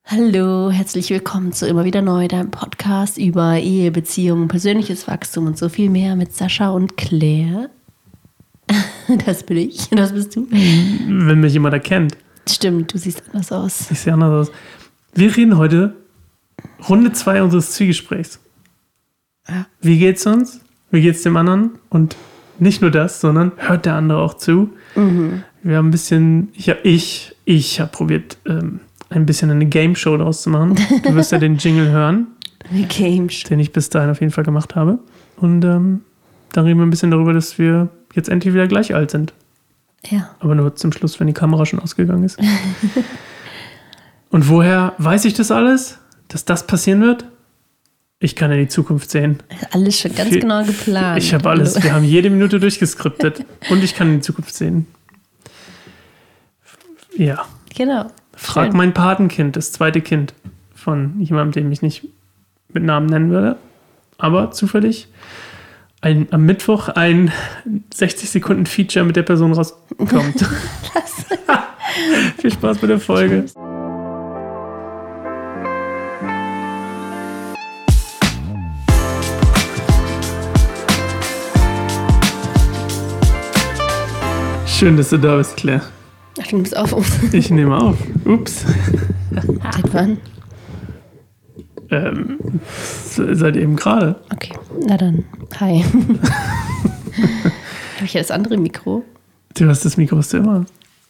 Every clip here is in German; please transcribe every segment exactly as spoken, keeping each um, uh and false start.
Hallo, herzlich willkommen zu Immer wieder neu, deinem Podcast über Ehe, Beziehungen, persönliches Wachstum und so viel mehr mit Sascha und Claire. Das bin ich, das bist du. Wenn mich jemand erkennt. Stimmt, du siehst anders aus. Ich sehe anders aus. Wir reden heute Runde zwei unseres Zwiegesprächs. Ja. Wie geht's uns? Wie geht's dem anderen? Und nicht nur das, sondern hört der andere auch zu. Mhm. Wir haben ein bisschen, ich, ich, ich habe probiert, ähm, ein bisschen eine Game-Show daraus zu machen. Du wirst ja den Jingle hören. Eine Game-Show. Den ich bis dahin auf jeden Fall gemacht habe. Und ähm, dann reden wir ein bisschen darüber, dass wir jetzt endlich wieder gleich alt sind. Ja. Aber nur zum Schluss, wenn die Kamera schon ausgegangen ist. Und woher weiß ich das alles? Dass das passieren wird? Ich kann in die Zukunft sehen. Alles schon ganz Viel, genau geplant. Ich habe alles. Wir haben jede Minute durchgeskriptet. Und ich kann in die Zukunft sehen. Ja. Genau. Frag Schön. mein Patenkind, das zweite Kind von jemandem, den ich nicht mit Namen nennen würde. Aber zufällig ein, am Mittwoch ein sechzig Sekunden Feature mit der Person rauskommt. Viel Spaß mit der Folge. Schön, dass du da bist, Claire. Ach, du nimmst auf. Ich nehme auf. Ups. Seit wann? Ähm, seit eben gerade. Okay, na dann. Hi. Habe ich ja das andere Mikro? Du hast das Mikro, was du immer.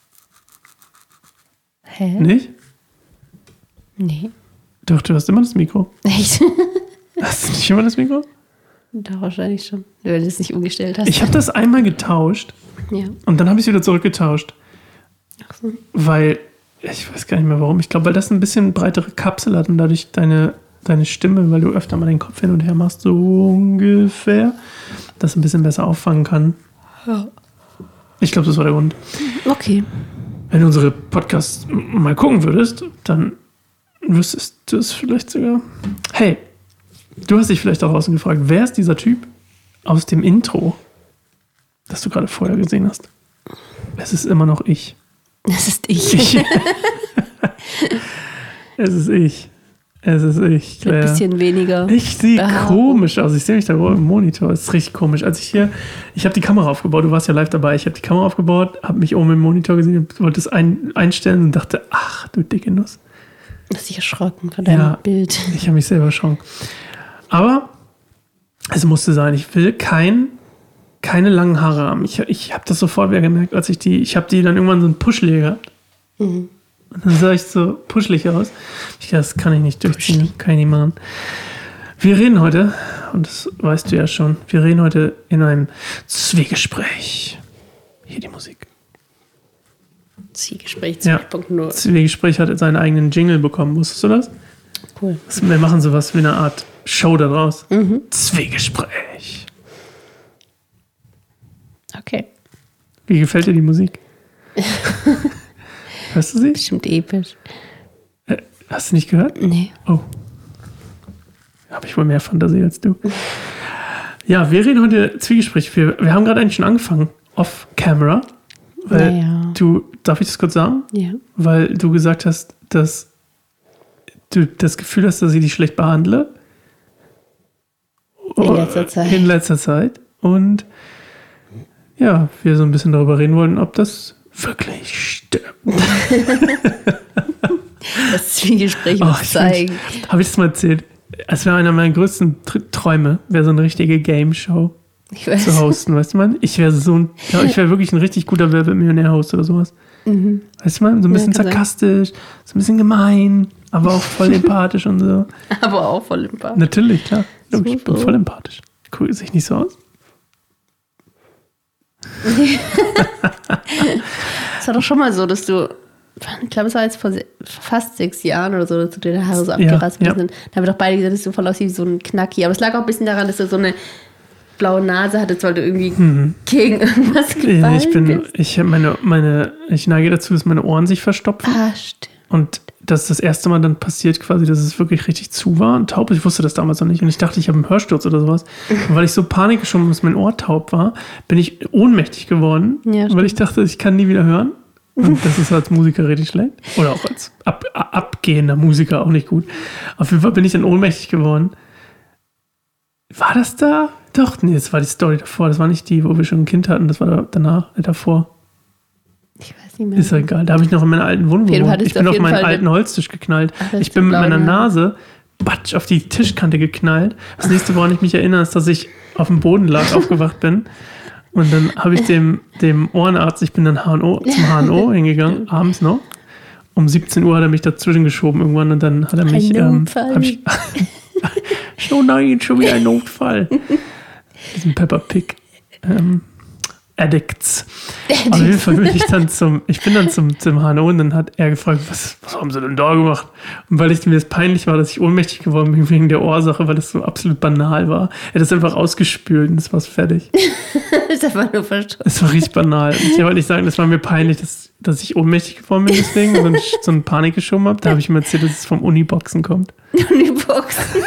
Hä? Nicht? Nee. Doch, du hast immer das Mikro. Echt? Hast du nicht immer das Mikro? Da wahrscheinlich schon, weil du es nicht umgestellt hast. Ich habe das einmal getauscht Ja. und dann habe ich es wieder zurückgetauscht. Ach so. Weil, ich weiß gar nicht mehr warum. Ich glaube, weil das ein bisschen breitere Kapsel hat und dadurch deine, deine Stimme, weil du öfter mal den Kopf hin und her machst, so ungefähr, das ein bisschen besser auffangen kann. Ja. Ich glaube, das war der Grund. Okay. Wenn du unsere Podcasts mal gucken würdest, dann wüsstest du es vielleicht sogar. Hey, du hast dich vielleicht auch draußen gefragt, wer ist dieser Typ aus dem Intro, das du gerade vorher gesehen hast? Es ist immer noch ich. Das ist ich. ich. Es ist ich. Es ist ich. Ein bisschen weniger. Ich sehe Behaarung. komisch aus. Ich sehe mich da im Monitor. Es ist richtig komisch. Als ich hier, ich habe die Kamera aufgebaut. Du warst ja live dabei. Ich habe die Kamera aufgebaut, habe mich oben im Monitor gesehen und wollte es ein, einstellen und dachte, ach du dicke Nuss. Du hast dich erschrocken von deinem Ja, Bild. Ich habe mich selber erschrocken. Aber es musste sein. Ich will kein, keine langen Haare haben. Ich, ich habe das sofort wieder gemerkt, als ich die, ich habe die dann irgendwann so einen Puschel gehabt. Mhm. Und dann sah ich so puschelig aus. Ich dachte, das kann ich nicht durchziehen. Puschelig. Kann ich nicht machen. Wir reden heute, und das weißt du ja schon, wir reden heute in einem Zwiegespräch. Hier die Musik. Zielgespräch Ja. zwei Punkt null. Zwiegespräch hat seinen eigenen Jingle bekommen. Wusstest du das? Cool. Wir machen sowas wie eine Art Show da draus. Mhm. Zwiegespräch. Okay. Wie gefällt dir die Musik? Hörst du sie? Bestimmt episch. Äh, hast du nicht gehört? Nee. Oh. Habe ich wohl mehr Fantasie als du. Ja, wir reden heute Zwiegespräch. Wir, wir haben gerade eigentlich schon angefangen. Off-Camera. Weil Naja. du, darf ich das kurz sagen? Ja. Weil du gesagt hast, dass du das Gefühl hast, dass ich dich schlecht behandle. In letzter Zeit. In letzter Zeit. Und ja, wir so ein bisschen darüber reden wollen, ob das wirklich stimmt. Das Zwiegespräch Oh, muss ich zeigen. Habe ich das mal erzählt? Es wäre einer meiner größten Tr- Träume, wäre so eine richtige Game-Show Ich weiß. zu hosten, weißt du, man? Ich wäre so ein, ja, ich wäre wirklich ein richtig guter Werbemillionär-Host oder sowas. Mhm. Weißt du, man? So ein Ja, bisschen kann sein. sarkastisch, so ein bisschen gemein, aber auch voll empathisch und so. Aber auch voll im Bad. Natürlich, klar. So, Ich bin so. voll empathisch. Guckt sich nicht so aus? Es war doch schon mal so, dass du, ich glaube, es war jetzt vor se- fast sechs Jahren oder so, dass du dir die Haare so Ja, abgerast bist. ja. Und da haben wir doch beide gesagt, dass du voll aussiehst wie so ein Knacki. Aber es lag auch ein bisschen daran, dass du so eine blaue Nase hattest, weil du irgendwie gegen irgendwas gefallen Ja, ich bin, bist. ich habe meine, meine, ich neige dazu, dass meine Ohren sich verstopfen. Ah, stimmt. Und das ist das erste Mal dann passiert quasi, dass es wirklich richtig zu war und taub. Ich wusste das damals noch nicht und ich dachte, ich habe einen Hörsturz oder sowas. Und weil ich so Panik geschoben habe, dass mein Ohr taub war, bin ich ohnmächtig geworden, Ja, weil ich dachte, ich kann nie wieder hören. Und das ist als Musiker richtig schlecht. Oder auch als ab, abgehender Musiker auch nicht gut. Auf jeden Fall bin ich dann ohnmächtig geworden. War das da? Doch, nee, das war die Story davor. Das war nicht die, wo wir schon ein Kind hatten. Das war da, danach, äh, davor. Ich weiß nicht mehr. Ist ja egal. Da habe ich noch in meiner alten Wohnung gewohnt. Ich bin auf, auf meinen Fall alten Holztisch geknallt. Ach, ich bin mit meiner Nase batsch auf die Tischkante geknallt. Das nächste, woran ich mich erinnere, ist, dass ich auf dem Boden lag, aufgewacht bin. Und dann habe ich dem, dem Ohrenarzt, ich bin dann H N O, zum H N O hingegangen, abends noch. Um siebzehn Uhr hat er mich dazwischen geschoben irgendwann und dann hat er mich... Ein Notfall. Ähm, ich, oh nein, schon wieder ein Notfall. Diesen Peppa Pig. Ähm, Addicts. Auf jeden Fall bin ich dann zum, ich bin dann zum, zum H N O und dann hat er gefragt, was, was haben sie denn da gemacht? Und weil ich mir das peinlich war, dass ich ohnmächtig geworden bin wegen der Ursache, weil das so absolut banal war. Er hat das einfach ausgespült und das war fertig. Das ist einfach nur verstanden. Das war richtig banal. Und ich wollte nicht sagen, das war mir peinlich, dass, dass ich ohnmächtig geworden bin deswegen und dann so eine Panik geschoben habe. Da habe ich ihm erzählt, dass es vom Uniboxen kommt. Uniboxen.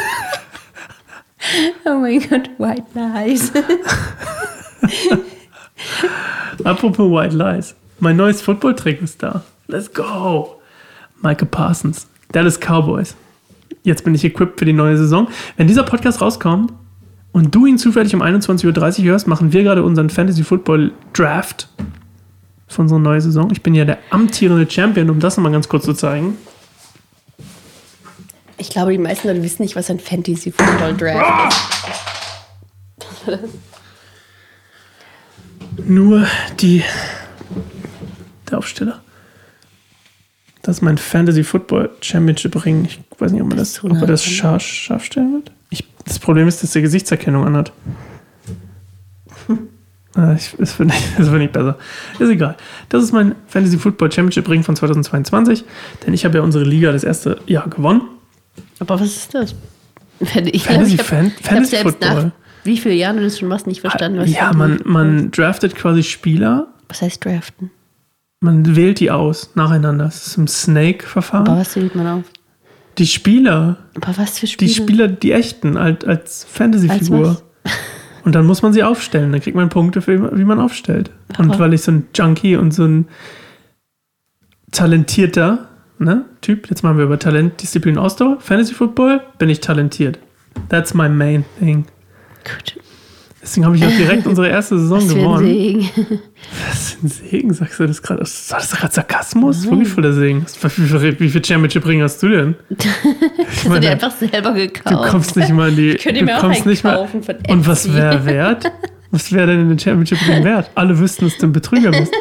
Oh mein Gott, White Lies. Apropos White Lies. Mein neues Football-Trick ist da. Let's go. Micah Parsons. Dallas Cowboys. Jetzt bin ich equipped für die neue Saison. Wenn dieser Podcast rauskommt und du ihn zufällig um einundzwanzig Uhr dreißig hörst, machen wir gerade unseren Fantasy-Football-Draft für unsere neue Saison. Ich bin ja der amtierende Champion, um das nochmal ganz kurz zu zeigen. Ich glaube, die meisten Leute wissen nicht, was ein Fantasy-Football-Draft ist. Nur die der Aufsteller. Das ist mein Fantasy Football Championship Ring. Ich weiß nicht, ob man das, ob man das scharf, scharf stellen wird. Ich, das Problem ist, dass der Gesichtserkennung anhat. Hm. Ich, das finde ich, das find ich besser. Ist egal. Das ist mein Fantasy Football Championship Ring von zweitausendzweiundzwanzig. Denn ich habe ja unsere Liga das erste Jahr gewonnen. Aber was ist das? Ich Fantasy, glaub, ich Fan, hab, Fantasy ich Football. Nach wie viele Jahren du das schon machst, nicht verstanden. Was ja, man, man draftet quasi Spieler. Was heißt draften? Man wählt die aus, nacheinander. Das ist im Snake-Verfahren. Aber was wählt man auf? Die Spieler. Aber was für Spieler? Die Spieler, die echten, als, als Fantasy-Figur. Und dann muss man sie aufstellen. Dann kriegt man Punkte, für, wie man aufstellt. Aber und weil ich so ein Junkie und so ein talentierter ne, Typ, jetzt machen wir über Talent, Disziplin, Ausdauer, Fantasy-Football, bin ich talentiert. That's my main thing. Gut. Deswegen habe ich auch direkt unsere erste Saison Was gewonnen. Für ein Segen. Was für ein Segen, sagst du das gerade? War das gerade Sarkasmus? Nein. Wirklich voller Segen. Wie viel, wie viel Championship-Ring hast du denn? Hast du dir einfach selber gekauft? Du kommst nicht mal in die... Ich könnte mir auch einen kaufen von Etsy. Und was wäre wert? Was wäre denn in den Championship-Ring wert? Alle wüssten, dass du ein Betrüger bist.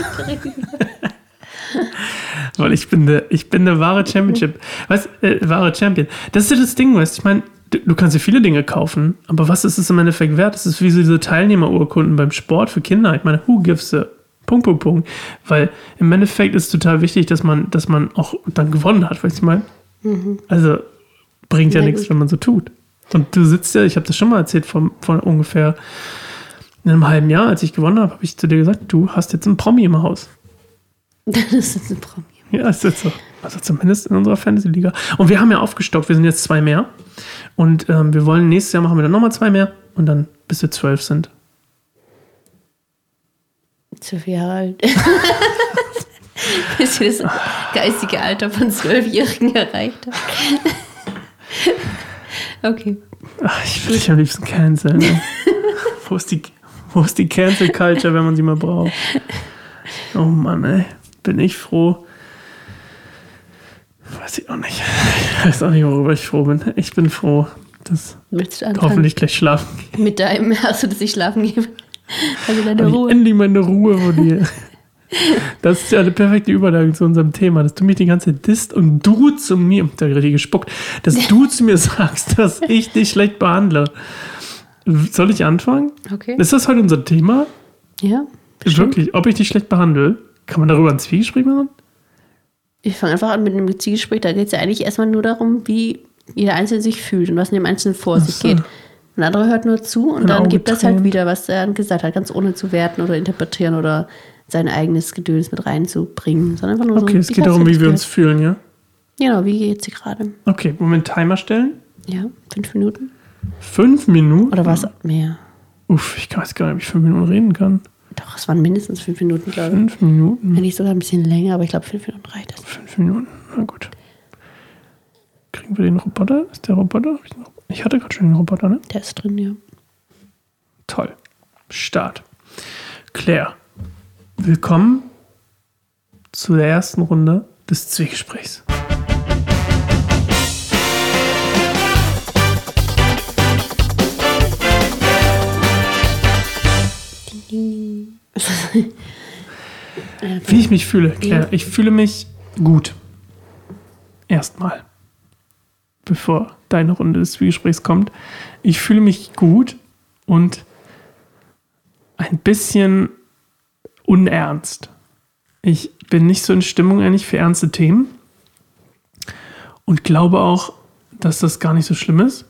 Weil ich bin der, ich bin der wahre Championship. Weißt äh, wahre Champion. Das ist ja das Ding, weißt du? Ich meine, du, du kannst dir viele Dinge kaufen, aber was ist es im Endeffekt wert? Das ist wie so diese Teilnehmerurkunden beim Sport für Kinder. Ich meine, who gives a Punkt, Punkt, Punkt. Weil im Endeffekt ist es total wichtig, dass man, dass man auch dann gewonnen hat, weißt du, ich meine? Mhm. Also bringt ja, ja nichts, gut. Wenn man so tut. Und du sitzt ja, ich habe das schon mal erzählt, von, von ungefähr einem halben Jahr, als ich gewonnen habe, habe ich zu dir gesagt, du hast jetzt einen Promi im Haus. Das ist ein Promi. Ja, ist jetzt so. Also zumindest in unserer Fantasy-Liga. Und wir haben ja aufgestockt, wir sind jetzt zwei mehr. Und ähm, wir wollen nächstes Jahr machen wir dann nochmal zwei mehr und dann bis wir zwölf sind. Zwölf Jahre alt. Bis wir das geistige Alter von Zwölfjährigen erreicht haben. Okay. Ach, ich würde dich am liebsten canceln. Ne? Wo ist die, wo ist die Cancel-Culture, wenn man sie mal braucht? Oh Mann, ey. Bin ich froh. Weiß ich auch nicht. Ich weiß auch nicht, worüber ich froh bin. Ich bin froh, dass hoffentlich gleich schlafen geht. Mit deinem, hast du das nicht schlafen geben? Also deine Hab Ruhe. Ich endlich meine Ruhe von dir. Das ist ja eine perfekte Überleitung zu unserem Thema, dass du mich die ganze Zeit disst und du zu mir, da gerade gespuckt, dass du zu mir sagst, dass ich dich schlecht behandle. Soll ich anfangen? Okay. Ist das heute unser Thema? Ja. Wirklich, ob ich dich schlecht behandle? Kann man darüber ein Zwiegespräch machen? Ich fange einfach an mit einem Zwiegespräch. Da geht es ja eigentlich erstmal nur darum, wie jeder Einzelne sich fühlt und was in dem Einzelnen vor sich geht. Und der andere hört nur zu und dann gibt das halt wieder, was er gesagt hat, ganz ohne zu werten oder interpretieren oder sein eigenes Gedöns mit reinzubringen. Sondern einfach nur okay, so, es geht darum, wie wir uns fühlen, ja? Genau, wie geht's dir gerade? Okay, Moment, Timer stellen. Ja, fünf Minuten. Fünf Minuten? Oder was mehr? Uff, ich weiß gar nicht, ob ich fünf Minuten reden kann. Doch, es waren mindestens fünf Minuten, glaube ich. Fünf Minuten? Wenn nicht sogar ein bisschen länger, aber ich glaube, fünf Minuten reicht das. Fünf Minuten, na gut. Kriegen wir den Roboter? Ist der Roboter? Ich hatte gerade schon den Roboter, ne? Der ist drin, ja. Toll. Start. Claire, willkommen zu der ersten Runde des Zwiegesprächs. Wie ich mich fühle, Claire. Ich fühle mich gut. Erstmal. Bevor deine Runde des Zwiegesprächs kommt. Ich fühle mich gut und ein bisschen unernst. Ich bin nicht so in Stimmung eigentlich für ernste Themen und glaube auch, dass das gar nicht so schlimm ist.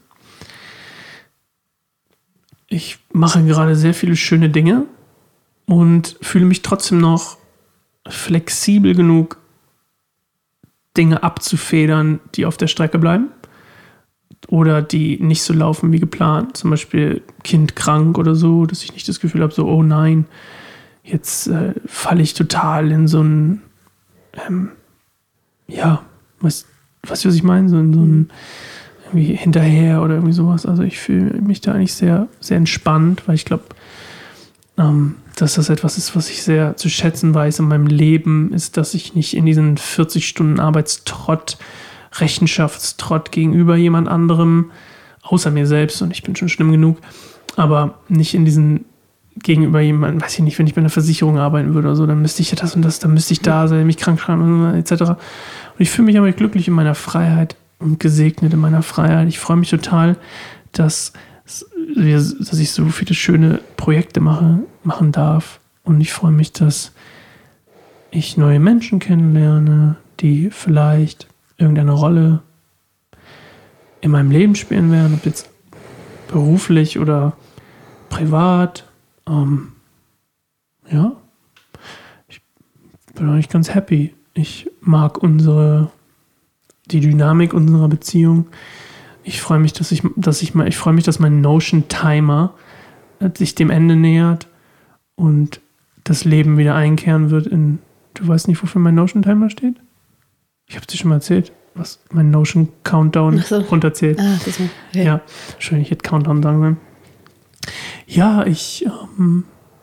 Ich mache gerade sehr viele schöne Dinge und fühle mich trotzdem noch flexibel genug, Dinge abzufedern, die auf der Strecke bleiben oder die nicht so laufen wie geplant. Zum Beispiel Kind krank oder so, dass ich nicht das Gefühl habe, so, oh nein, jetzt äh, falle ich total in so ein, ähm, ja, was, was, was ich meine, so in so ein irgendwie hinterher oder irgendwie sowas. Also ich fühle mich da eigentlich sehr, sehr entspannt, weil ich glaube, ähm, dass das etwas ist, was ich sehr zu schätzen weiß in meinem Leben, ist, dass ich nicht in diesen vierzig Stunden Arbeitstrott, Rechenschaftstrott gegenüber jemand anderem, außer mir selbst, und ich bin schon schlimm genug, aber nicht in diesen gegenüber jemandem, weiß ich nicht, wenn ich bei einer Versicherung arbeiten würde oder so, dann müsste ich ja das und das, dann müsste ich da sein, mich krank schreiben, et cetera. Und ich fühle mich aber glücklich in meiner Freiheit und gesegnet in meiner Freiheit. Ich freue mich total, dass, dass ich so viele schöne Projekte mache, machen darf. Und ich freue mich, dass ich neue Menschen kennenlerne, die vielleicht irgendeine Rolle in meinem Leben spielen werden, ob jetzt beruflich oder privat. Ähm, ja, ich bin eigentlich ganz happy. Ich mag unsere, die Dynamik unserer Beziehung. Ich freue mich, dass ich, dass ich mal, ich freue mich, dass mein Notion-Timer sich dem Ende nähert und das Leben wieder einkehren wird in, du weißt nicht, wofür mein Notion-Timer steht? Ich habe es dir schon mal erzählt, was mein Notion-Countdown so. runterzählt. Ah, das war, okay. Ja, schön, ich hätte Countdown sagen sollen. Ja, ich ähm,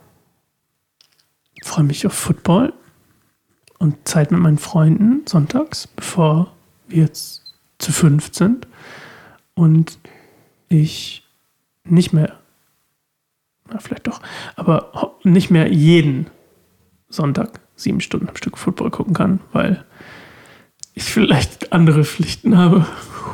freue mich auf Football und Zeit mit meinen Freunden sonntags, bevor wir jetzt zu fünft sind und ich nicht mehr, na vielleicht doch, aber nicht mehr jeden Sonntag sieben Stunden am Stück Football gucken kann, weil ich vielleicht andere Pflichten habe.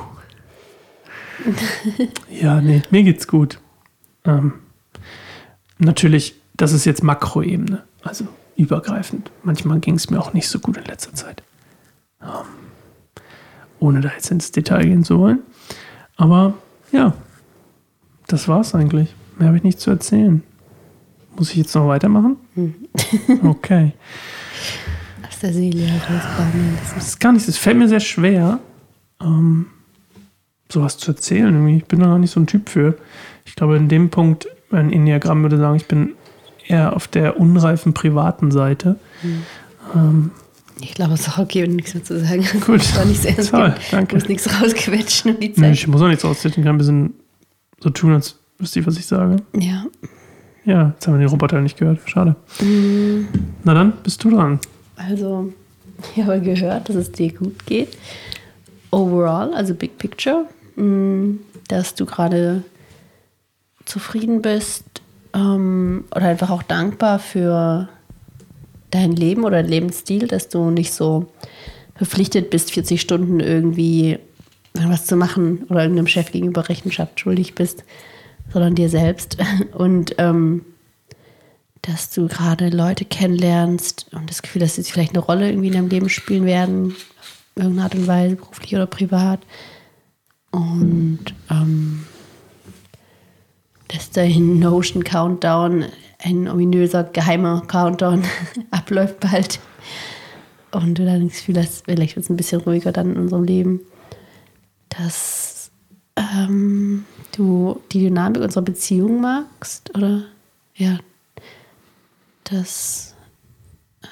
Ja, nee, mir geht's gut. Ähm, natürlich, das ist jetzt Makroebene, also übergreifend. Manchmal ging es mir auch nicht so gut in letzter Zeit. Ähm, ohne da jetzt ins Detail gehen zu wollen. Aber ja, das war's eigentlich. Mehr habe ich nicht zu erzählen. Muss ich jetzt noch weitermachen? Hm. Okay. Aus der Seele herausbauen. Das ist gar nicht, es fällt mir sehr schwer, ähm, sowas zu erzählen. Irgendwie. Ich bin da gar nicht so ein Typ für. Ich glaube, in dem Punkt, ein Enneagramm würde sagen, ich bin eher auf der unreifen privaten Seite. Hm. Ähm, ich glaube, es ist auch okay, wenn nichts mehr zu sagen. Gut, das war nicht sehr ernst. Toll, danke. Du musst nichts rausquetschen um die Zeit. Nee, ich muss auch nichts rausquetschen. Ich kann ein bisschen so tun, als wüsste ich, was ich sage. Ja. Ja, jetzt haben wir den Roboter nicht gehört. Schade. Mm. Na dann, bist du dran. Also, ich habe gehört, dass es dir gut geht. Overall, also Big Picture. Dass du gerade zufrieden bist ähm, oder einfach auch dankbar für dein Leben oder Lebensstil, dass du nicht so verpflichtet bist, vierzig Stunden irgendwie was zu machen oder irgendeinem Chef gegenüber Rechenschaft schuldig bist, sondern dir selbst. Und ähm, dass du gerade Leute kennenlernst und das Gefühl, dass sie vielleicht eine Rolle irgendwie in deinem Leben spielen werden, auf irgendeine Art und Weise, beruflich oder privat. Und ähm, dass dein Notion Countdown, ein ominöser, geheimer Countdown abläuft bald. Und du dann das Gefühl hast, vielleicht wird es ein bisschen ruhiger dann in unserem Leben. Dass ähm, du die Dynamik unserer Beziehung magst, oder? Ja. dass, ähm,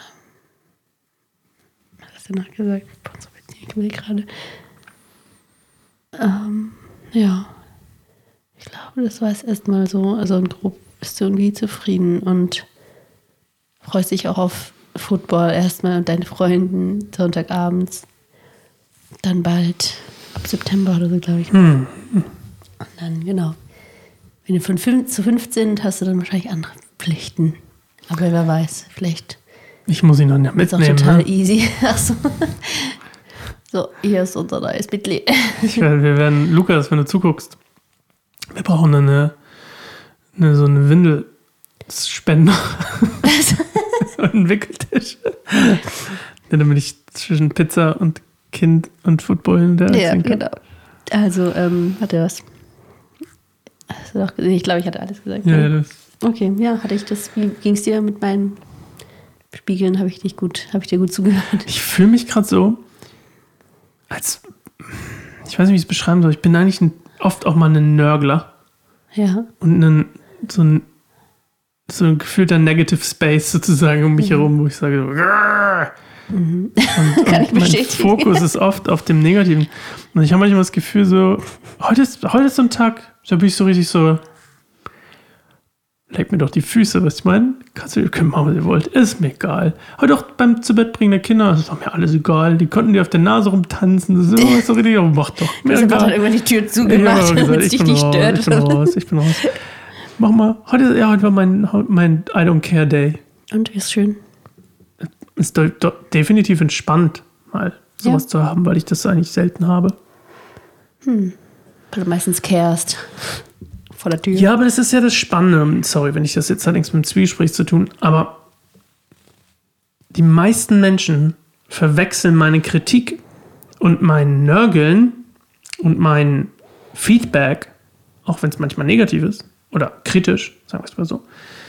was hast du noch gesagt? Ich überlege gerade. Ähm, ja, ich glaube, das war es erstmal so. Also in grob bist du irgendwie zufrieden und freust dich auch auf Football erstmal und deine Freunden Sonntagabends. Dann bald ab September oder so, glaube ich. Hm. Und dann, genau. Wenn du von fünf zu fünfzehn hast du dann wahrscheinlich andere Pflichten. Aber wer weiß, vielleicht. Ich muss ihn dann ja Ist auch mitnehmen. total Ne? easy. Ach so. So, hier ist unser neues Mitglied. Ich werde, wir werden, Lukas, wenn du zuguckst, wir brauchen eine, eine so eine Windelspender. Und einen Wickeltisch. Ja, damit ich zwischen Pizza und Kind und Football in der Ja, kann. genau. Also, ähm, warte, was? Hast du doch gesehen? Ich glaube, ich hatte alles gesagt. Ja, ne? das. Okay, ja, hatte ich das. Wie ging es dir mit meinen Spiegeln? Habe ich dich gut, habe ich dir gut zugehört? Ich fühle mich gerade so, als, ich weiß nicht, wie ich es beschreiben soll. Ich bin eigentlich ein, oft auch mal ein Nörgler. Ja. Und ein, so ein so ein gefühlter Negative Space sozusagen um mich Mhm. herum, wo ich sage, so, "Grrr." Mhm. Und, Kann ich und mein bestätigen. Fokus ist oft auf dem Negativen. Und ich habe manchmal das Gefühl, so, heute ist, heute ist so ein Tag, da bin ich so richtig so, leckt mir doch die Füße, was ich meine? Kannst du, ihr könnt machen, was ihr wollt, ist mir egal. Heute auch beim zu Bett bringen der Kinder, das ist doch mir alles egal. Die konnten dir auf der Nase rumtanzen, das ist immer so richtig, oh, mach doch. Mir Also hat egal. dann irgendwann die Tür Ich hab zugemacht, aber damit gesagt, es ich dich bin nicht raus, stört. ich bin raus, ich bin raus. Mach mal, heute, ja, heute war mein, mein I don't care day. Und ist schön. Ist de- de- definitiv entspannt, mal sowas Ja. zu haben, weil ich das eigentlich selten habe. Weil du meistens kehrst vor der Tür. Ja, aber das ist ja das Spannende. Sorry, wenn ich das jetzt hat nichts mit dem Zwiespräch zu tun, aber die meisten Menschen verwechseln meine Kritik und mein Nörgeln und mein Feedback, auch wenn es manchmal negativ ist oder kritisch, sagen wir es mal so,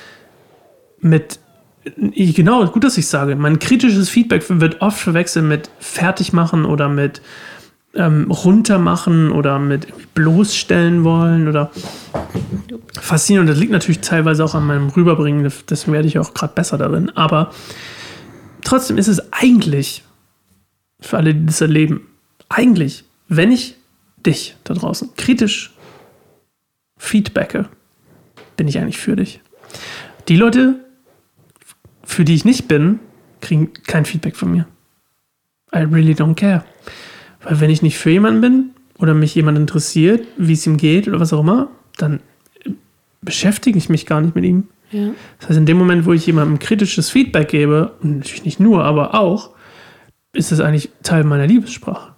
mit, genau, gut, dass ich sage, mein kritisches Feedback wird oft verwechselt mit Fertigmachen oder mit ähm, runtermachen oder mit bloßstellen wollen oder faszinieren. Und das liegt natürlich teilweise auch an meinem Rüberbringen, deswegen werde ich auch gerade besser darin. Aber trotzdem ist es eigentlich, für alle, die das erleben, eigentlich, wenn ich dich da draußen kritisch feedbacke, bin ich eigentlich für dich. Die Leute, für die ich nicht bin, kriegen kein Feedback von mir. I really don't care. Weil wenn ich nicht für jemanden bin oder mich jemand interessiert, wie es ihm geht oder was auch immer, dann beschäftige ich mich gar nicht mit ihm. Ja. Das heißt, in dem Moment, wo ich jemandem kritisches Feedback gebe, und natürlich nicht nur, aber auch, ist das eigentlich Teil meiner Liebessprache.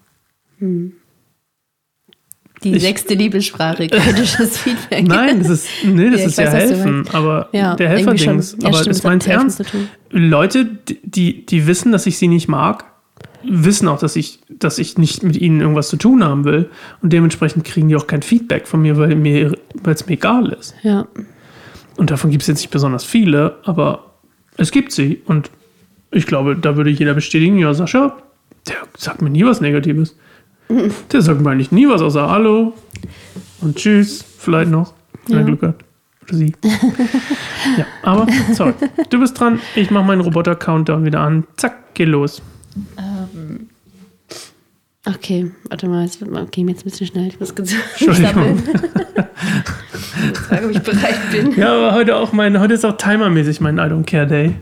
Die Ich- sechste Liebessprache, kritisches Feedback. Nein, das ist, nee, das Ja, ich ist ja weiß, was du helfen, meinst. aber Ja, der irgendwie Helferdings. schon. Ja, Aber stimmt, das das hat meint mit Helfen ernst. zu tun. Leute, die, die wissen, dass ich sie nicht mag, wissen auch, dass ich, dass ich nicht mit ihnen irgendwas zu tun haben will und dementsprechend kriegen die auch kein Feedback von mir, weil mir, weil es mir egal ist. Ja. Und davon gibt es jetzt nicht besonders viele, aber es gibt sie. Und ich glaube, da würde jeder bestätigen, ja, Sascha, der sagt mir nie was Negatives. Der sagt mir eigentlich nie was außer Hallo und Tschüss, vielleicht noch, wenn er Ja. Glück hat. Oder sie. Ja, aber, sorry. Du bist dran, ich mache meinen Roboter-Countdown wieder an. Zack, geh los. Ähm, okay, warte mal, es wird mal, okay, jetzt ein bisschen schnell. Ich muss kurz Entschuldigung. sammeln. Ich muss sagen, ob ich bereit bin. Ja, aber heute auch mein, heute ist auch timermäßig mein I don't care day.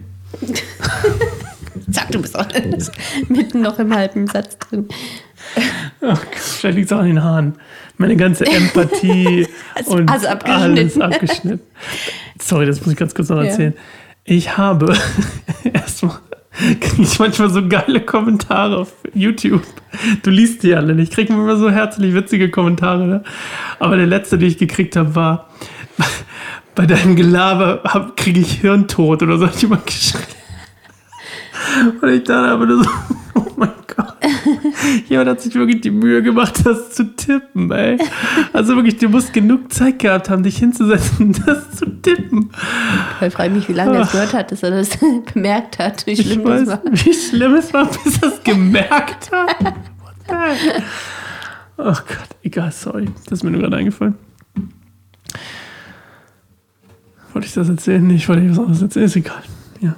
Zack, du bist auch mitten noch im halben Satz drin. Ach, vielleicht liegt es auch an den Haaren. Meine ganze Empathie Also und alles abgeschnitten. alles abgeschnitten. Sorry, das muss ich ganz kurz noch Ja. erzählen. Ich habe erstmal kriege ich manchmal so geile Kommentare auf YouTube. Du liest die alle nicht. Ich kriege immer so herzlich witzige Kommentare. Ne? Aber der letzte, den ich gekriegt habe, war: Bei deinem Gelaber kriege ich Hirntod oder so, hat jemand geschrieben. Und ich dachte aber nur so, oh mein Gott. Jemand hat sich wirklich die Mühe gemacht, das zu tippen, ey. Also wirklich, du musst genug Zeit gehabt haben, dich hinzusetzen und das zu tippen. Ich frage mich, wie lange er es gehört hat, dass er das bemerkt hat, wie schlimm Ich weiß, das war. wie schlimm es war, bis er es gemerkt hat. What the heck? Oh Gott, egal, sorry. Das ist mir nur gerade eingefallen. Wollte ich das erzählen? Nee, ich wollte nicht was anderes erzählen. Ist egal. Ja.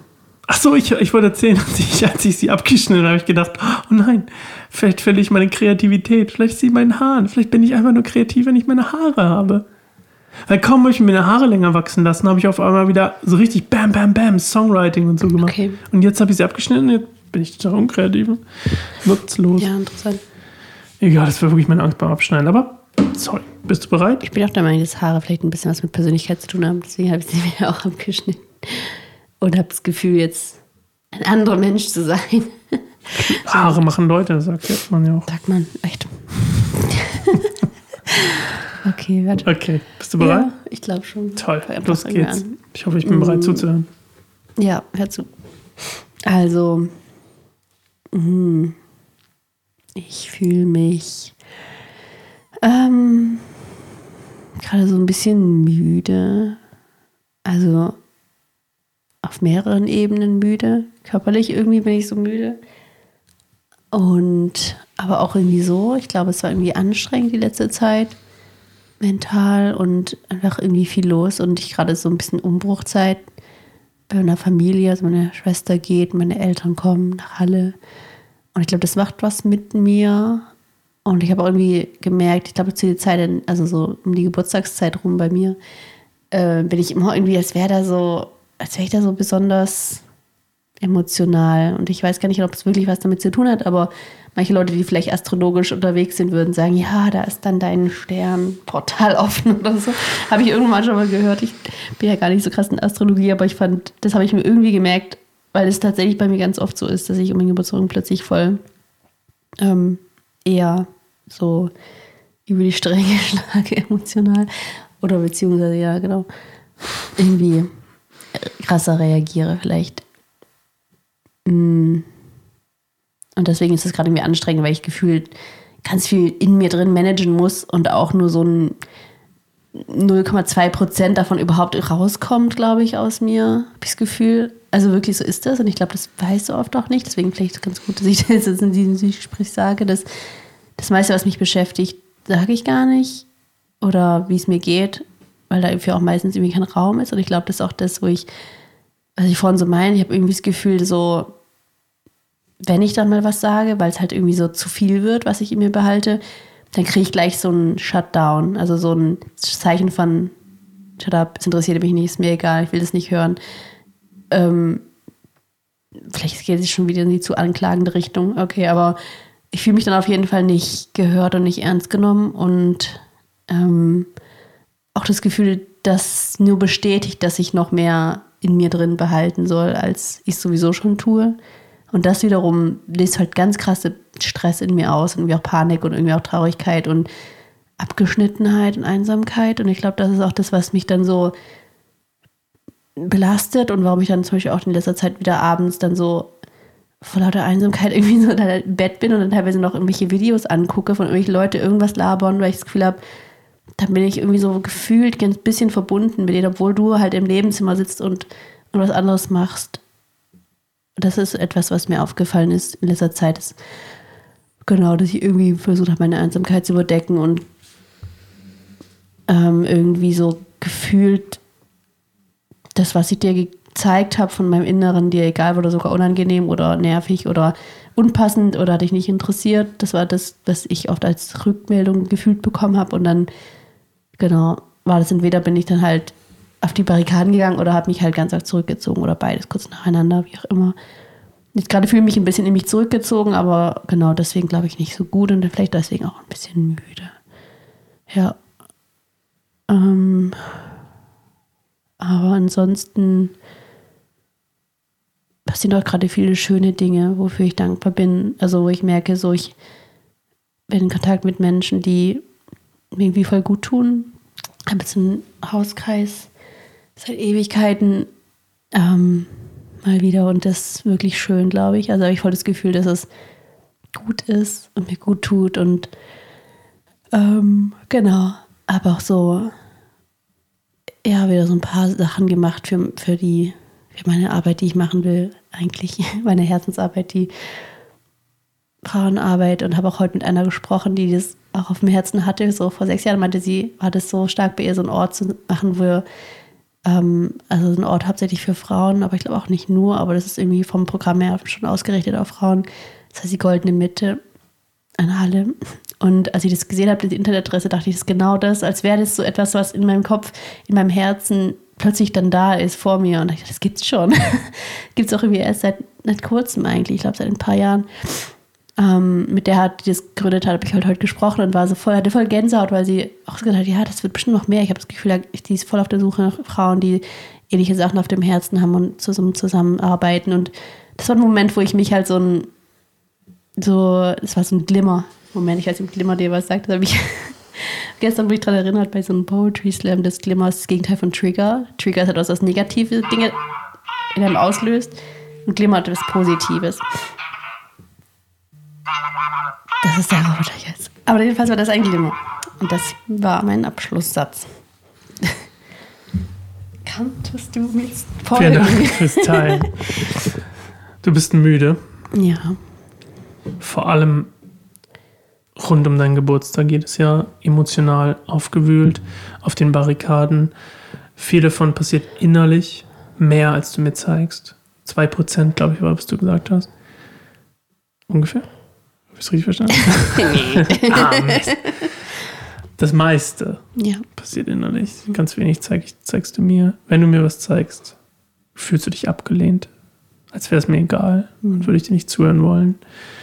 Ach so, ich, ich wollte erzählen, als ich, als ich sie abgeschnitten habe, habe ich gedacht, oh nein, vielleicht verliere ich meine Kreativität, vielleicht sie meinen Haaren, vielleicht bin ich einfach nur kreativ, wenn ich meine Haare habe. Weil kaum möchte ich mir meine Haare länger wachsen lassen, habe ich auf einmal wieder so richtig bam, bam, bam, Songwriting und so gemacht. Okay. Und jetzt habe ich sie abgeschnitten, jetzt bin ich total unkreativ. Nutzlos. Ja, interessant. Egal, das war wirklich meine Angst beim Abschneiden, aber sorry, bist du bereit? Ich bin auch der Meinung, dass Haare vielleicht ein bisschen was mit Persönlichkeit zu tun haben, deswegen habe ich sie mir auch abgeschnitten. Und habe das Gefühl, jetzt ein anderer Mensch zu sein. Haare machen Leute, sagt man ja auch. Sagt man, echt. Okay, warte. Okay, bist du bereit? Ja, ich glaube schon. Toll, los geht's. Ich hoffe, ich bin mm. bereit zuzuhören. Ja, hör zu. Also, mm, ich fühle mich ähm, gerade so ein bisschen müde. Also auf mehreren Ebenen müde. Körperlich irgendwie bin ich so müde. Und aber auch irgendwie so. Ich glaube, es war irgendwie anstrengend die letzte Zeit. Mental und einfach irgendwie viel los. Und ich gerade so ein bisschen Umbruchzeit bei meiner Familie. Also meine Schwester geht, meine Eltern kommen nach Halle. Und ich glaube, das macht was mit mir. Und ich habe auch irgendwie gemerkt, ich glaube, zu der Zeit, also so um die Geburtstagszeit rum bei mir, äh, bin ich immer irgendwie, als wäre da so, als wäre ich da so besonders emotional. Und ich weiß gar nicht, ob es wirklich was damit zu tun hat, aber manche Leute, die vielleicht astrologisch unterwegs sind, würden sagen, ja, da ist dann dein Sternportal offen oder so. Habe ich irgendwann schon mal gehört. Ich bin ja gar nicht so krass in Astrologie, aber ich fand, das habe ich mir irgendwie gemerkt, weil es tatsächlich bei mir ganz oft so ist, dass ich um den Geburtstag plötzlich voll ähm, eher so über die Stränge schlage, emotional. Oder beziehungsweise, ja, genau, irgendwie krasser reagiere vielleicht. Und deswegen ist es gerade irgendwie anstrengend, weil ich gefühlt ganz viel in mir drin managen muss und auch nur so ein null Komma zwei Prozent davon überhaupt rauskommt, glaube ich, aus mir, habe ich das Gefühl. Also wirklich so ist das und ich glaube, das weiß so oft auch nicht. Deswegen vielleicht ganz gut, dass ich das jetzt in diesem Gespräch sage, dass das meiste, was mich beschäftigt, sage ich gar nicht oder wie es mir geht, weil da irgendwie auch meistens irgendwie kein Raum ist. Und ich glaube, das ist auch das, wo ich, was ich vorhin so meine, ich habe irgendwie das Gefühl, so, wenn ich dann mal was sage, weil es halt irgendwie so zu viel wird, was ich in mir behalte, dann kriege ich gleich so einen Shutdown, also so ein Zeichen von shut up, es interessiert mich nicht, ist mir egal, ich will das nicht hören. Ähm, vielleicht geht es schon wieder in die zu anklagende Richtung, okay, aber ich fühle mich dann auf jeden Fall nicht gehört und nicht ernst genommen und ähm, auch das Gefühl, dass nur bestätigt, dass ich noch mehr in mir drin behalten soll, als ich sowieso schon tue. Und das wiederum löst halt ganz krasse Stress in mir aus und irgendwie auch Panik und irgendwie auch Traurigkeit und Abgeschnittenheit und Einsamkeit. Und ich glaube, das ist auch das, was mich dann so belastet und warum ich dann zum Beispiel auch in letzter Zeit wieder abends dann so vor lauter Einsamkeit irgendwie so im Bett bin und dann teilweise noch irgendwelche Videos angucke von irgendwelchen Leuten irgendwas labern, weil ich das Gefühl habe, dann bin ich irgendwie so gefühlt ganz bisschen verbunden mit denen, obwohl du halt im Nebenzimmer sitzt und, und was anderes machst. Das ist etwas, was mir aufgefallen ist in letzter Zeit. Ist, genau, dass ich irgendwie versucht habe, meine Einsamkeit zu überdecken und ähm, irgendwie so gefühlt das, was ich dir gezeigt habe von meinem Inneren, dir egal oder sogar unangenehm oder nervig oder unpassend oder dich nicht interessiert. Das war das, was ich oft als Rückmeldung gefühlt bekommen habe. Und dann, genau, war das entweder bin ich dann halt auf die Barrikaden gegangen oder habe mich halt ganz arg zurückgezogen oder beides kurz nacheinander, wie auch immer. Jetzt gerade fühle ich mich ein bisschen in mich zurückgezogen, aber genau deswegen glaube ich nicht so gut und vielleicht deswegen auch ein bisschen müde. Ja. Ähm, aber ansonsten passieren auch gerade viele schöne Dinge, wofür ich dankbar bin. Also wo ich merke, so ich bin in Kontakt mit Menschen, die mir irgendwie voll gut tun. Ich habe jetzt einen Hauskreis seit Ewigkeiten ähm, mal wieder und das ist wirklich schön, glaube ich. Also habe ich voll das Gefühl, dass es gut ist und mir gut tut und ähm, genau, aber auch so ja, wieder so ein paar Sachen gemacht für, für die für meine Arbeit, die ich machen will, eigentlich meine Herzensarbeit, die Frauenarbeit und habe auch heute mit einer gesprochen, die das auch auf dem Herzen hatte, so vor sechs Jahren meinte sie, war das so stark bei ihr, so einen Ort zu machen, wo Ähm, also ein Ort hauptsächlich für Frauen, aber ich glaube auch nicht nur, aber das ist irgendwie vom Programm her schon ausgerichtet auf Frauen. Das heißt die Goldene Mitte in Halle. Und als ich das gesehen habe, die Internetadresse, dachte ich, das ist genau das, als wäre das so etwas, was in meinem Kopf, in meinem Herzen plötzlich dann da ist vor mir. Und ich dachte, das gibt's schon. Gibt's auch irgendwie erst seit nicht kurzem eigentlich, ich glaube seit ein paar Jahren. Ähm, mit der hat, die das gegründet hat, habe ich halt heute gesprochen und war so voll, hatte voll Gänsehaut, weil sie auch so gedacht hat, ja, das wird bestimmt noch mehr. Ich habe das Gefühl, die ist voll auf der Suche nach Frauen, die ähnliche Sachen auf dem Herzen haben und zusammen zusammenarbeiten. Und das war ein Moment, wo ich mich halt so ein, so, das war so ein Glimmer-Moment. Ich weiß nicht, ob Glimmer dir was sagt. Das habe ich gestern mich daran erinnert, bei so einem Poetry Slam, das Glimmer ist das Gegenteil von Trigger. Trigger ist etwas, was negative Dinge in einem auslöst. Und Glimmer hat etwas Positives. Das ist der Roboter jetzt. Aber jedenfalls war das ein Glimmer. Und das war mein Abschlusssatz. Kanntest du mich Vielen Dank fürs Teilen. Du bist müde. Ja. Vor allem rund um deinen Geburtstag jedes Jahr emotional aufgewühlt, auf den Barrikaden. Viel davon passiert innerlich, mehr als du mir zeigst. Zwei Prozent, glaube ich, war, was du gesagt hast. Ungefähr. Habe ich es richtig verstanden? Nee. ah, Mist. Das meiste ja. passiert innerlich. Ganz wenig zeig ich, zeigst du mir. Wenn du mir was zeigst, fühlst du dich abgelehnt. Als wäre es mir egal und mhm. würde ich dir nicht zuhören wollen.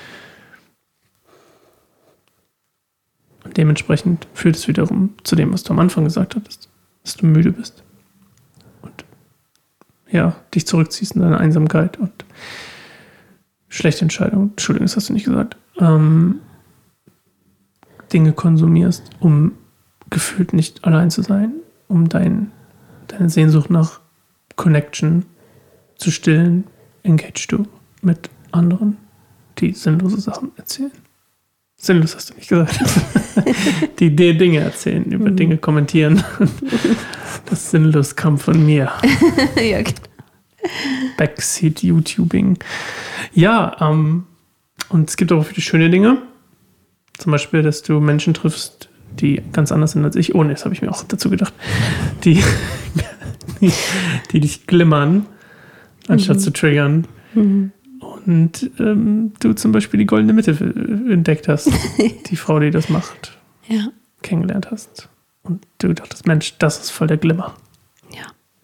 Und dementsprechend führt es wiederum zu dem, was du am Anfang gesagt hattest, dass du müde bist. Und ja, dich zurückziehst in deine Einsamkeit und schlechte Entscheidungen, Entschuldigung, das hast du nicht gesagt, ähm, Dinge konsumierst, um gefühlt nicht allein zu sein, um dein, deine Sehnsucht nach Connection zu stillen, engagest du mit anderen, die sinnlose Sachen erzählen. Sinnlos hast du nicht gesagt. Die dir Dinge erzählen, über mhm. Dinge kommentieren. Das sinnlos kam von mir. Ja, genau. Backseat YouTubing. Ja, ähm, und es gibt auch viele schöne Dinge. Zum Beispiel, dass du Menschen triffst, die ganz anders sind als ich. Oh, ne, das habe ich mir auch dazu gedacht. Die, die, die dich glimmern, anstatt mhm. zu triggern. Mhm. Und ähm, du zum Beispiel die goldene Mitte entdeckt hast. Die Frau, die das macht. Ja. Kennengelernt hast. Und du dachtest, Mensch, das ist voll der Glimmer. Ja.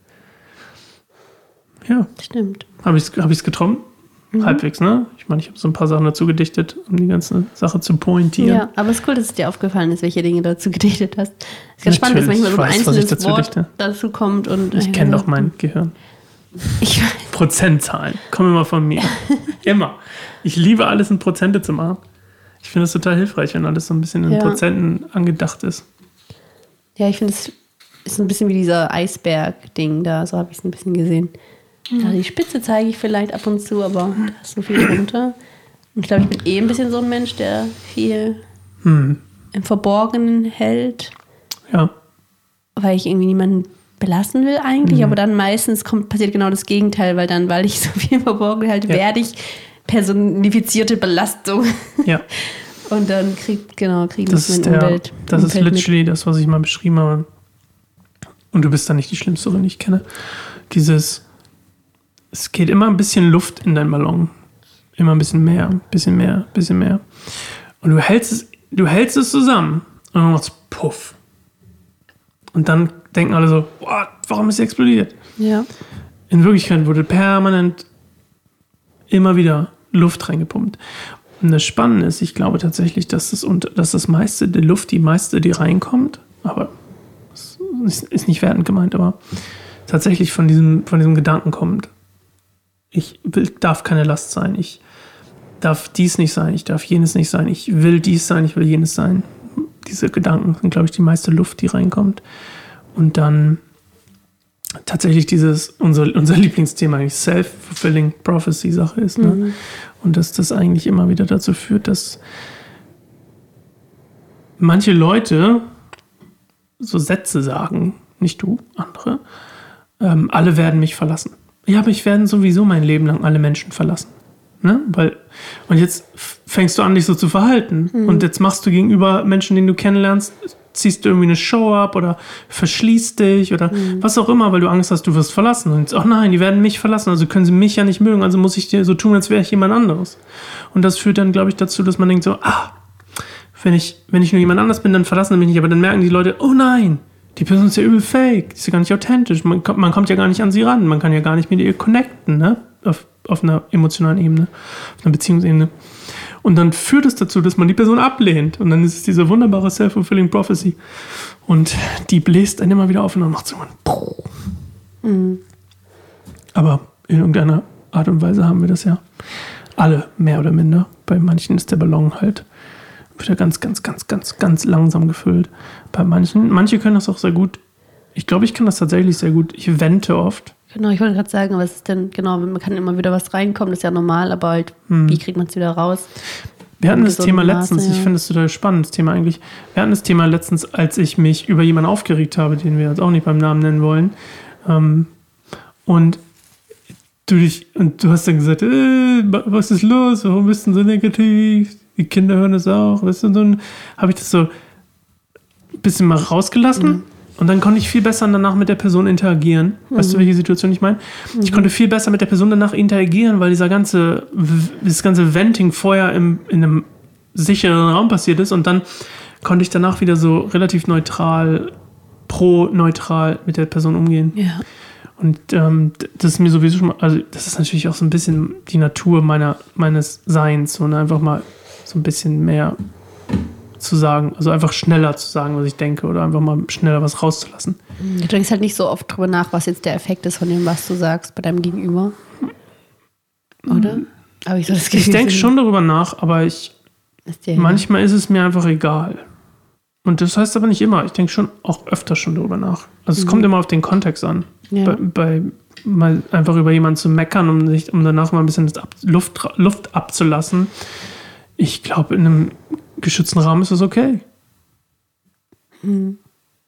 Ja. Stimmt. Habe ich es hab getroffen? Mhm. Halbwegs, ne? Ich meine, ich habe so ein paar Sachen dazu gedichtet, um die ganze Sache zu pointieren. Ja, aber es ist cool, dass es dir aufgefallen ist, welche Dinge dazu gedichtet hast. Es ist ganz spannend, dass manchmal so ein einzelnes dazu Wort dichte. dazu kommt. Und, ich kenne doch mein Gehirn. Ich weiß. Prozentzahlen. Kommen immer von mir. Immer. Ich liebe alles in Prozente zu machen. Ich finde es total hilfreich, wenn alles so ein bisschen in ja. Prozenten angedacht ist. Ja, ich finde, es ist ein bisschen wie dieser Eisberg-Ding da. So habe ich es ein bisschen gesehen. Mhm. Ja, die Spitze zeige ich vielleicht ab und zu, aber da ist so viel drunter. Und ich glaube, ich bin eh ein bisschen so ein Mensch, der viel mhm. im Verborgenen hält. Ja. Weil ich irgendwie niemanden belassen will eigentlich, mhm. aber dann meistens kommt, passiert genau das Gegenteil, weil dann, weil ich so viel verborgen halte, ja. werde ich personifizierte Belastung. Ja. Und dann kriegt, genau, kriegt das mein ist der, Umwelt. Das Umfeld ist literally mit. Das, was ich mal beschrieben habe. Und du bist da nicht die Schlimmste, die ich kenne. Dieses, es geht immer ein bisschen Luft in deinen Ballon. Immer ein bisschen mehr, ein bisschen mehr, ein bisschen mehr. Und du hältst es, du hältst es zusammen und dann machst du Puff. Und dann denken alle so, what, warum ist sie explodiert? Ja. In Wirklichkeit wurde permanent immer wieder Luft reingepumpt. Und das Spannende ist, ich glaube tatsächlich, dass das, dass das meiste, die Luft, die meiste, die reinkommt, aber das ist nicht wertend gemeint, aber tatsächlich von diesem, von diesem Gedanken kommt, ich will, darf keine Last sein, ich darf dies nicht sein, ich darf jenes nicht sein, ich will dies sein, ich will jenes sein. Diese Gedanken sind, glaube ich, die meiste Luft, die reinkommt. Und dann tatsächlich dieses, unser, unser Lieblingsthema, eigentlich Self-Fulfilling Prophecy-Sache ist. Ne? Mhm. Und dass das eigentlich immer wieder dazu führt, dass manche Leute so Sätze sagen, nicht du, andere, ähm, alle werden mich verlassen. Ja, aber ich werde sowieso mein Leben lang alle Menschen verlassen. Ne? Weil, und jetzt fängst du an, dich so zu verhalten. Mhm. Und jetzt machst du gegenüber Menschen, den du kennenlernst, ziehst du irgendwie eine Show ab oder verschließt dich oder mhm. was auch immer, weil du Angst hast, du wirst verlassen. Und ach nein, die werden mich verlassen, also können sie mich ja nicht mögen, also muss ich dir so tun, als wäre ich jemand anderes. Und das führt dann, glaube ich, dazu, dass man denkt so, ah, wenn ich, wenn ich nur jemand anders bin, dann verlassen sie mich nicht, aber dann merken die Leute, oh nein, die Person ist ja übel fake, die ist ja gar nicht authentisch, man, man kommt ja gar nicht an sie ran, man kann ja gar nicht mit ihr connecten, ne? Auf, auf einer emotionalen Ebene, auf einer Beziehungsebene. Und dann führt es dazu, dass man die Person ablehnt. Und dann ist es diese wunderbare Self-Fulfilling Prophecy. Und die bläst dann immer wieder auf und dann macht es irgendwann. Mhm. Aber in irgendeiner Art und Weise haben wir das ja alle, mehr oder minder. Bei manchen ist der Ballon halt wieder ganz, ganz, ganz, ganz, ganz langsam gefüllt. Bei manchen, manche können das auch sehr gut. Ich glaube, ich kann das tatsächlich sehr gut. Ich vente oft. Genau, ich wollte gerade sagen, was ist denn, genau, man kann immer wieder was reinkommen, das ist ja normal, aber halt, hm. wie kriegt man es wieder raus? Wir hatten das Thema letztens, Maße, ja. Ich finde es total spannend, das Thema eigentlich. Wir hatten das Thema letztens, als ich mich über jemanden aufgeregt habe, den wir jetzt auch nicht beim Namen nennen wollen. Ähm, und du dich, und du hast dann gesagt, äh, was ist los? Warum bist du so negativ? Die Kinder hören es auch. Weißt du, und dann habe ich das so ein bisschen mal rausgelassen. Mhm. Und dann konnte ich viel besser danach mit der Person interagieren. Mhm. Weißt du, welche Situation ich meine? Mhm. Ich konnte viel besser mit der Person danach interagieren, weil dieser ganze, dieses ganze Venting vorher im, in einem sicheren Raum passiert ist. Und dann konnte ich danach wieder so relativ neutral, pro-neutral mit der Person umgehen. Ja. Und ähm, das ist mir sowieso schon mal, also das ist natürlich auch so ein bisschen die Natur meiner, meines Seins. Und einfach mal so ein bisschen mehr zu sagen, also einfach schneller zu sagen, was ich denke oder einfach mal schneller was rauszulassen. Du denkst halt nicht so oft drüber nach, was jetzt der Effekt ist von dem, was du sagst bei deinem Gegenüber. Oder? Aber ich so das ich denke schon darüber nach, aber ich ist manchmal ist es mir einfach egal. Und das heißt aber nicht immer. Ich denke schon auch öfter schon darüber nach. Also es mhm. kommt immer auf den Kontext an. Ja. Bei, bei mal einfach über jemanden zu meckern, um, sich, um danach mal ein bisschen Luft, Luft abzulassen. Ich glaube, in einem geschützten Rahmen ist das okay. Mhm.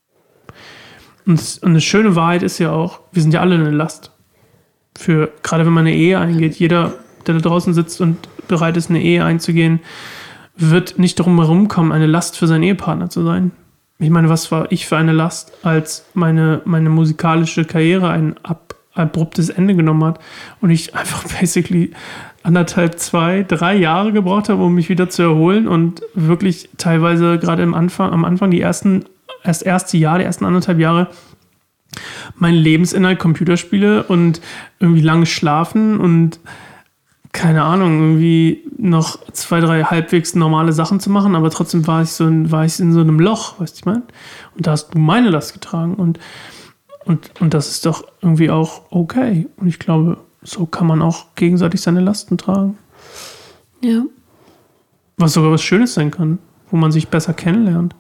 Und, und eine schöne Wahrheit ist ja auch, wir sind ja alle eine Last. Für, gerade wenn man eine Ehe eingeht, jeder, der da draußen sitzt und bereit ist, eine Ehe einzugehen, wird nicht darum herumkommen, eine Last für seinen Ehepartner zu sein. Ich meine, was war ich für eine Last, als meine, meine musikalische Karriere ein ab, abruptes Ende genommen hat und ich einfach basically anderthalb, zwei, drei Jahre gebraucht habe, um mich wieder zu erholen und wirklich teilweise gerade am Anfang, am Anfang die ersten, das erste Jahr, die ersten anderthalb Jahre mein Lebensinhalt Computerspiele und irgendwie langes Schlafen und keine Ahnung, irgendwie noch zwei, drei halbwegs normale Sachen zu machen, aber trotzdem war ich so in, war ich in so einem Loch, weißt du, ich meine? Und da hast du meine Last getragen und, und, und das ist doch irgendwie auch okay. Und ich glaube, so kann man auch gegenseitig seine Lasten tragen. Ja. Was sogar was Schönes sein kann, wo man sich besser kennenlernt.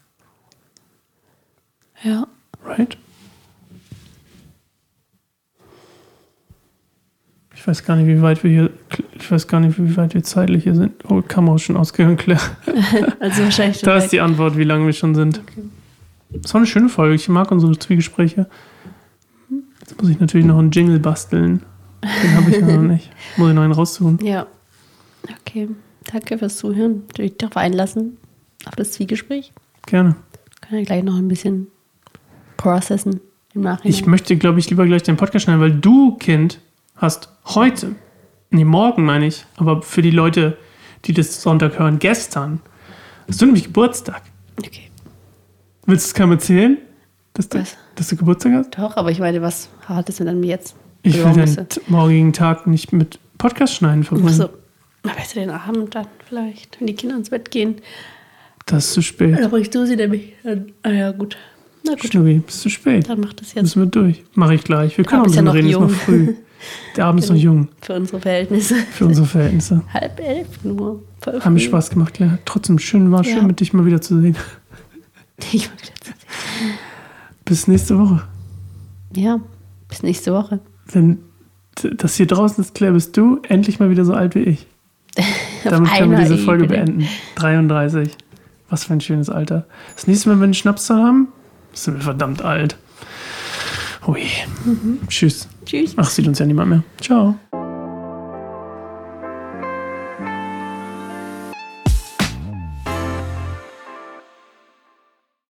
Ja. Right? Ich weiß gar nicht, wie weit wir hier, ich weiß gar nicht, wie weit wir zeitlich hier sind. Oh, Kamera ist schon ausgegangen, Claire. Also wahrscheinlich. Da ist die Antwort, wie lange wir schon sind. Okay. Das war eine schöne Folge. Ich mag unsere Zwiegespräche. Jetzt muss ich natürlich noch einen Jingle basteln. Den habe ich ja noch nicht. Muss ich noch einen raussuchen. Ja. Okay. Danke fürs Zuhören. Du dich darauf einlassen, auf das Zwiegespräch. Gerne. Können wir gleich noch ein bisschen processen im Nachhinein. Ich möchte, glaube ich, lieber gleich den Podcast schneiden, weil du, Kind, hast heute, nee, morgen meine ich, aber für die Leute, die das Sonntag hören, gestern, hast du nämlich Geburtstag. Okay. Willst du es keinem erzählen, dass du, dass du Geburtstag hast? Doch, aber ich meine, was hat es denn an mir jetzt? Ich will den t- morgigen Tag nicht mit Podcast schneiden verbringen. Ach so. Na, weißt du, den Abend dann vielleicht, wenn die Kinder ins Bett gehen. Das ist zu spät. Da bringst du sie nämlich an. Ah ja, gut. Na gut. Schnucki, bist zu spät. Dann mach das jetzt. Müssen wir durch. Mache ich gleich. Wir können auch ein bisschen reden, jung. Ist noch früh. Der Abend ist noch jung. Für unsere Verhältnisse. Für unsere Verhältnisse. Halb elf nur. Hat mir Spaß gemacht, Claire. Trotzdem schön, war ja. schön, mit dich mal wieder zu sehen. Dich mal wieder zu sehen. Bis nächste Woche. Ja, bis nächste Woche. Wenn das hier draußen ist, Claire, bist du endlich mal wieder so alt wie ich. Damit können wir diese Folge Ebene. beenden. dreiunddreißig. Was für ein schönes Alter. Das nächste Mal, wenn wir eine Schnapszahl haben, sind wir verdammt alt. Ui. Mhm. Tschüss. Tschüss. Ach, sieht uns ja niemand mehr. Ciao.